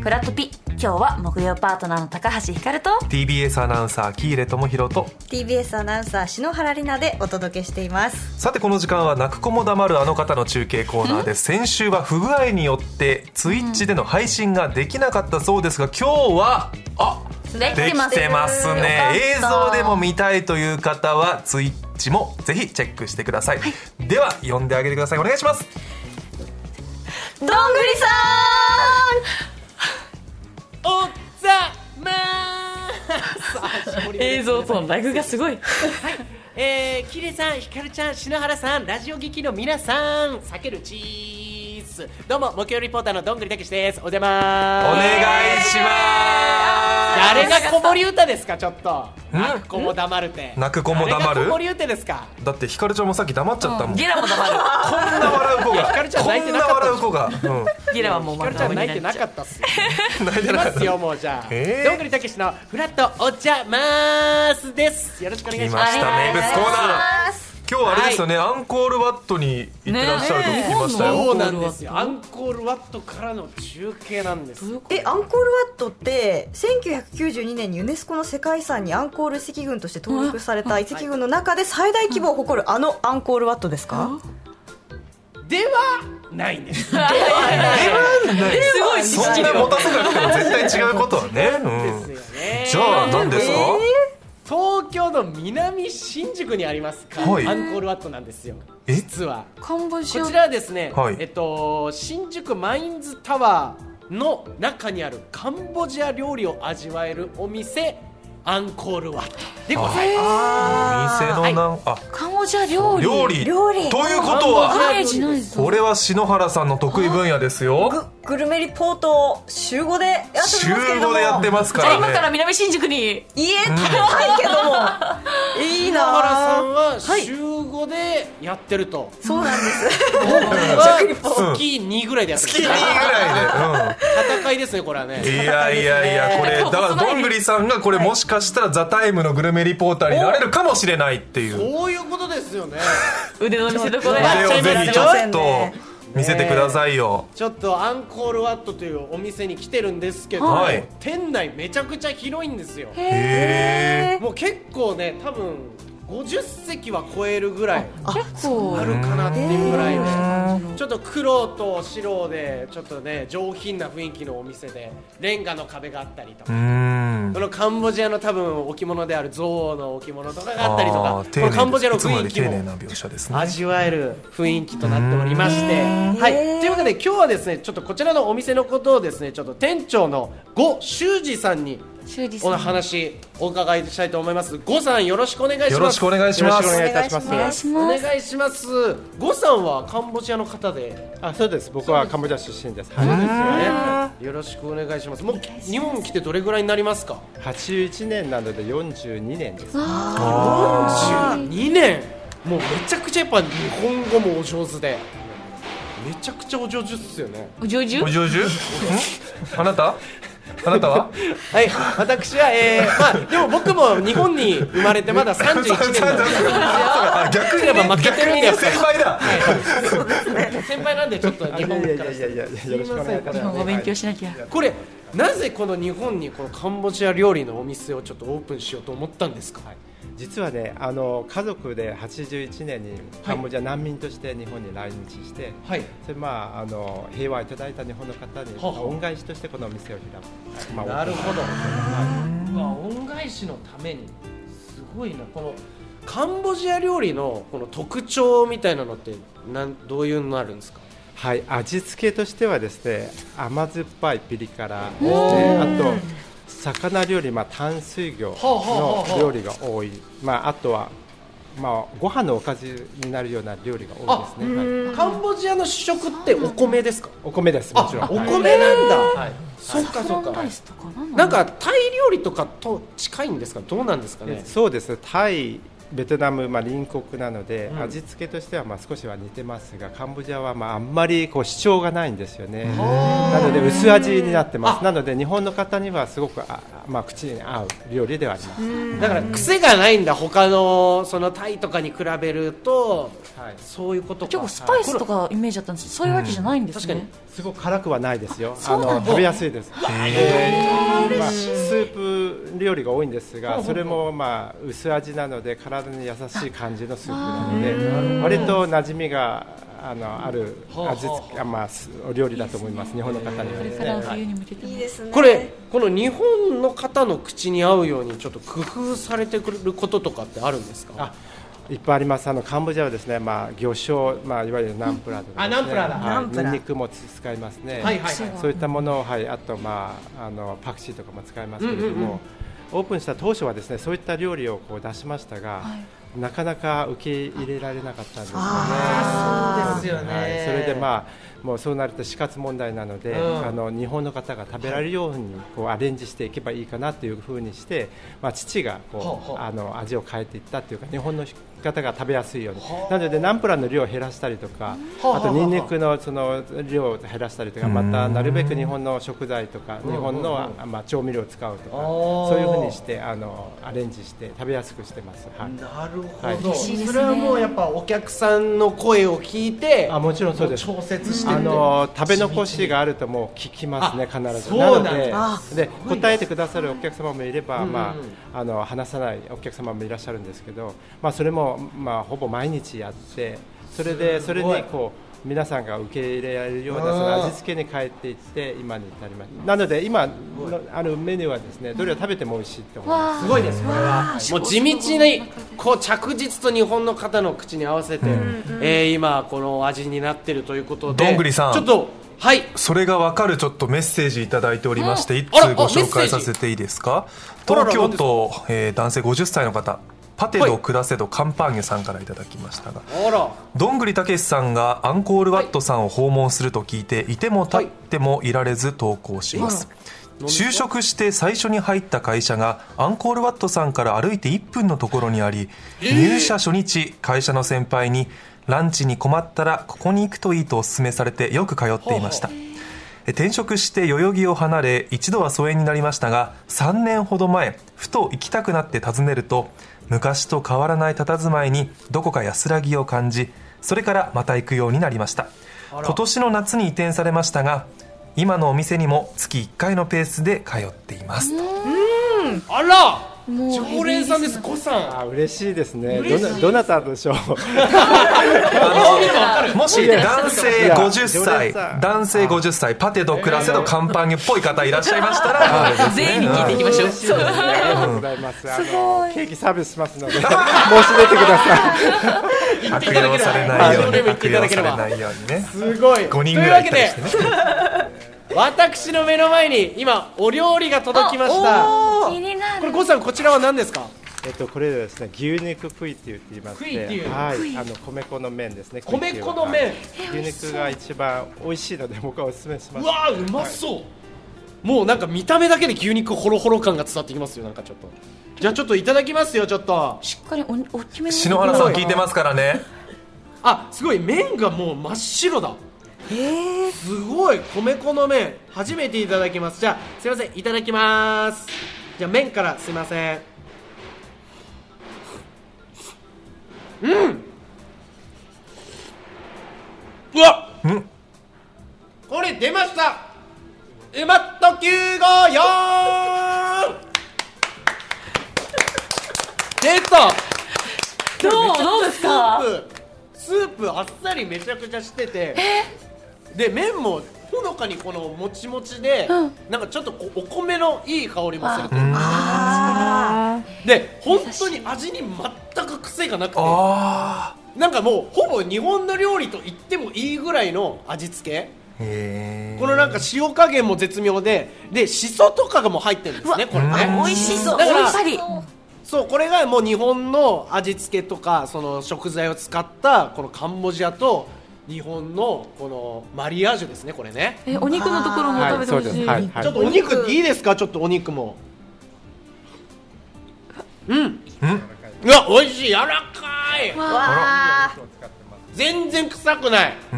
フラットピ。今日は木曜パートナーの高橋ひかると TBS アナウンサー喜入智弘と TBS アナウンサー篠原里奈でお届けしています。 さてこの時間は泣く子も黙るあの方の中継コーナーです。先週は不具合によってツイッチでの配信ができなかったそうですが、今日はできてますね。映像でも見たいという方はツイッチもぜひチェックしてください、では呼んであげてください。お願いします。 どんぐりさおざまん映像とのラグがすごい。 キレさん、ひかるちゃん、篠原さん、ラジオ劇の皆さん、避けるチーズ。どうも木曜リポーターのどんぐりたけしです。お邪魔お願いします。 誰が子守歌ですか。ちょっと泣く子も黙るって。 泣く子も黙る。 誰が子守歌ですか。 だってひかるちゃんもさっき黙っちゃったもん、 ゲラも黙る。 こんな笑う子がひかるちゃん泣いてなかった。 こんな笑う子が、 ゲラはもうひかるちゃん泣いてなかったっすよ。 泣いてなかったいますよもう。じゃあ、どんぐりたけしのフラットお茶まーすです。よろしくお願いします。 来ました名物コーナー。今日はあれですよね、アンコールワットに行ってらっしゃると聞きましたよ。 そうなんですよ。アンコールワットからの中継なんです。 アンコールワットって1992年にユネスコの世界遺産にアンコール遺跡群として登録された遺跡群の中で最大規模を誇るあのアンコールワットですか。 ではないんです。 すごい。 そんな持たせなくても絶対違うことはね、 ですよね。 じゃあ何ですか。 東京の南新宿にありますアンコールワットなんですよ。実はカンボジアこちらはですね、 はい新宿マインズタワーの中にあるカンボジア料理を味わえるお店アンコールワットでございます。 店のカンボジア料理料理ということはイメージないぞ。 これは篠原さんの得意分野ですよ。 グルメリポート週5でやってますけれども。 週5でやってますかじゃあらね。 今から南新宿に家高いけどもいいな。 篠原さんは週5でやってると。 そうなんです月2ぐらいでやってる。 月2ぐらい戦いですねこれはね。 で、いやこれだからどんぐりさんがこれもしかしたらザタイムのグルメリポーターになれるかもしれないっていう。 そういうことですよね。 腕の見せ所で腕をぜひちょっと見せてくださいよ。 ちょっとアンコールワットというお店に来てるんですけど、 はい店内めちゃくちゃ広いんですよ。 へもう結構ね、多分50席は超えるぐらい結構あるかなっていうぐらいで、ちょっと黒と白でちょっとね上品な雰囲気のお店で、レンガの壁があったりとか、このカンボジアの多分置物である象の置物とかがあったりとか、このカンボジアの雰囲気も味わえる雰囲気となっておりまして、はい、というわけで今日はですね、ちょっとこちらのお店のことをですね、ちょっと店長の呉修二さんにお話お伺いしたいと思います。呉さんよろしくお願いします。 よろしくお願いします。 よろしくお願いいたします。 お願いします。 お願いします。呉さんはカンボジアの方で。 そうです。僕はカンボジア出身です。 そうですよね。よろしくお願いします。もう日本来てどれぐらいになりますか。 81年なので42年です。 42年。もうめちゃくちゃやっぱ日本語もお上手で、めちゃくちゃお上手っすよね。 お上手？ お上手？あなたははい、私はでも僕も日本に生まれてまだ31年なんで逆にやっぱ負けてるんで、やっぱり先輩だ。 先輩なんでちょっと日本からしてよろしくお願いいたします。 日本語勉強しなきゃ。 これなぜこの日本にこのカンボジア料理のお店をちょっとオープンしようと思ったんですか。 実はね、家族で81年にカンボジア難民として日本に来日して、 はい、 それ平和をいただいた日本の方に恩返しとしてこのお店を開く。 なるほど。恩返しのためにすごいな。このカンボジア料理のこの特徴みたいなのってどういうのになるんですか。 はい、味付けとしてはですね、甘酸っぱいピリ辛ですね。あと魚料理、淡水魚の料理が多い。あとはご飯のおかずになるような料理が多いですね。 カンボジアの主食ってお米ですか。 お米です。もちろん。 お米なんだ。そっかそっか。なんかタイ料理とかと近いんですか。どうなんですかね。 そうです。タイベトナム、隣国なので、味付けとしては少しは似てますが、カンボジアはあんまり主張がないんですよね。なので薄味になってます。なので日本の方にはすごく口に合う料理ではあります。 だから癖がないんだ、他のそのタイとかに比べると、そういうことか。 結構スパイスとかイメージだったんですけど、そういうわけじゃないんですね。 確かにすごく辛くはないですよ。食べやすいです。スープ料理が多いんですが、それも薄味なので体に優しい感じのスープなので、割と馴染みがある味付け、お料理だと思います。日本の方にはですね。 いいですね。 この日本の方の口に合うようにちょっと工夫されてくることとかってあるんですか？ いっぱいあります。カンボジアはですね、魚醤、いわゆるナンプラーとかですね、 ナンプラーだ。 ニンニクも使いますね。そういったものを、あとパクチーとかも使いますけれども、オープンした当初はですね、そういった料理を出しましたが、なかなか受け入れられなかったんですよね。 そうですよね。 それでもうそうなると死活問題なので、日本の方が食べられるようにアレンジしていけばいいかなというふうにして、父が味を変えていったというか、日本の方が食べやすいように、なのでナンプラーの量を減らしたりとか、あとニンニクのその量を減らしたりとか、またなるべく日本の食材とか日本の調味料を使うとか、そういうふうにしてアレンジして食べやすくしてます。 なるほど。それはもうやっぱお客さんの声を聞いて、 もちろんそうです。 調節して食べ残しがあるともう聞きますね、必ず。なので答えてくださるお客様もいれば、話さないお客様もいらっしゃるんですけど、それもほぼ毎日やって、それに皆さんが受け入れられるようなその味付けに変えていって今に至りました。なので今のあるメニューはですね、どれを食べても美味しいと思います。 すごいです。これはもう地道に着実と日本の方の口に合わせて、今この味になっているということで、 どんぐりさん、 ちょっとそれが分かるちょっとメッセージいただいておりまして、一通ご紹介させていいですか？東京都、男性50歳の方、パテドクラセドカンパーニュさんからいただきましたが、どんぐりたけしさんがアンコールワットさんを訪問すると聞いて、いても立ってもいられず投稿します。就職して最初に入った会社がアンコールワットさんから歩いて1分のところにあり、入社初日会社の先輩にランチに困ったらここに行くといいとお勧めされてよく通っていました。転職して代々木を離れ一度は疎遠になりましたが、3年ほど前ふと行きたくなって訪ねると、昔と変わらない佇まいにどこか安らぎを感じ、それからまた行くようになりました。今年の夏に移転されましたが、今のお店にも月1回のペースで通っています。 あら、常連さんです。コさん、 嬉しいですね。どなたでしょう？ もし男性50歳パテドクラセドカンパーニュっぽい方いらっしゃいましたら、 全員に聞いていきましょう。 ありがとうございます。ケーキサービスしますので申し出てください。 悪用されないようにね。 すごい。 5人ぐらいいたりしてね。 私の目の前に今お料理が届きました。 気になる。 これゴさん、こちらは何ですか？ これですね、牛肉クイって言いまして、米粉の麺ですね。 米粉の麺。 牛肉が一番美味しいので僕はお勧めします。 うわー、うまそう。もうなんか見た目だけで牛肉ホロホロ感が伝わってきますよ。なんかちょっと。じゃあちょっといただきますよ。ちょっと。 しっかりおっきめの。 篠原さん聞いてますからね。 すごい、麺がもう真っ白だ。すごい、米粉の麺初めていただきます。じゃあすいません、いただきます。じゃあ麺からすいません。うわっ、これ出ました。うまっと954出た。 どうですか？ スープあっさりめちゃくちゃしてて、で麺もほのかにこのもちもちで、なんかちょっとお米のいい香りもすると。で本当に味に全く癖がなくて、なんかもうほぼ日本の料理と言ってもいいぐらいの味付け。このなんか塩加減も絶妙で、しそとかがもう入ってるんですね。これね、 美味しそう。 だからそう、 これがもう日本の味付けとかその食材を使ったこのカンボジアと日本のこのマリアージュですね。これね、 お肉のところも食べてほしい。 ちょっとお肉いいですか？ちょっとお肉も。 うわ美味しい、柔らかい、 わ全然臭くない、 うん、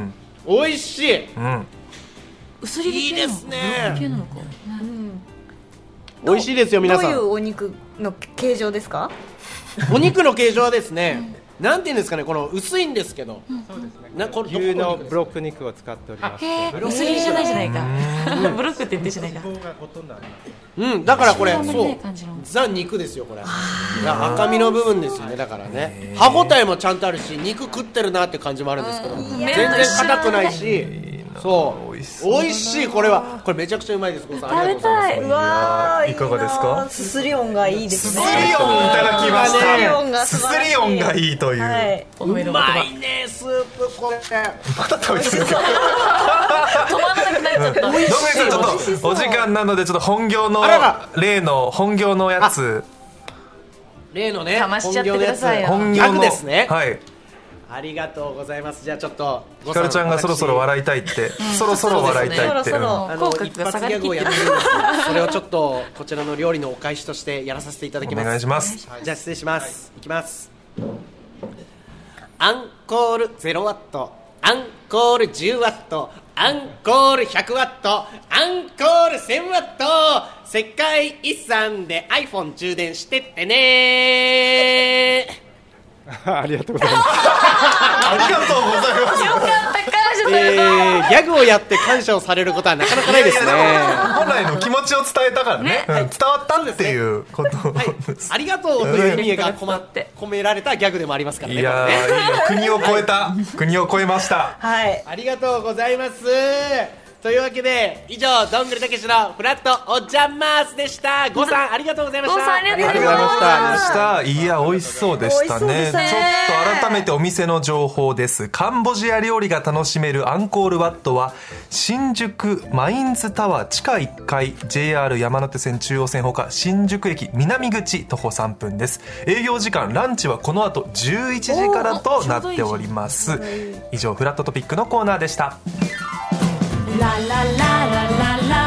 美味しい、 うん、 薄切りいいですね、 系なのか、 美味しいですよ皆さん。 どういうお肉の形状ですか？ お肉の形状はですね、なんていうんですかね、この薄いんですけど、 そうですね。 これ牛のブロック肉を使っております。 薄切りじゃないじゃないか。ブロックって言ってじゃないか。 脂肪がほとんどあります。 うん、だからこれそう感じのザ肉ですよこれ。赤身の部分ですよね。だからね、歯ごたえもちゃんとあるし、肉食ってるなって感じもあるんですけど、全然硬くないし、そう美味しい。これめちゃくちゃうまいです。ごさんありがとうございます。 うわー、 いかがですか？ すすり音がいいですね。 すすり音いただきましすすりた。 音が素すす晴らしい。 り音がいいという、 はい、 おめでとううまいねスープこれ。 まだ食べてる。 止まらなくなっちゃった。 野口さんちょっとお時間なのでちょっと本業の例の本業のやつ、 例のねかましちゃってくださいよ。 本業のギャグですね。 はい。 ありがとうございます。じゃあちょっとひかるちゃんがそろそろ笑いたいって、そろそろ笑いたいって、 そろそろ口角が下がりきって一発ギャグをやってるんですけど、それをちょっとこちらの料理のお返しとしてやらさせていただきます。 お願いします。 じゃあ失礼します。いきます。アンコール0ワット、アンコール10ワット、アンコール100ワット、アンコール1000ワット、世界遺産で iPhone 充電してってねありがとうございます。 ありがとうございます。 よかった、感謝された。 ギャグをやって感謝をされることはなかなかないですね。 本来の気持ちを伝えたからね、伝わったっていうことです。 ありがとうという意味が込められたギャグでもありますからね。 いやー、いいよ、国を超えた、国を超えました。 はい、 ありがとうございます。というわけで以上、どんぐりたけしのフラットおじゃまーすでした。ゴさんありがとうございました。 ゴさんありがとうございました。 いや、美味しそうでしたね。ちょっと改めてお店の情報です。カンボジア料理が楽しめるアンコールワットは新宿マインズタワー地下1階 JR 山手線中央線ほか新宿駅南口徒歩3分です。営業時間ランチはこの後11時からとなっております。以上フラットトピックのコーナーでした。 ララララララ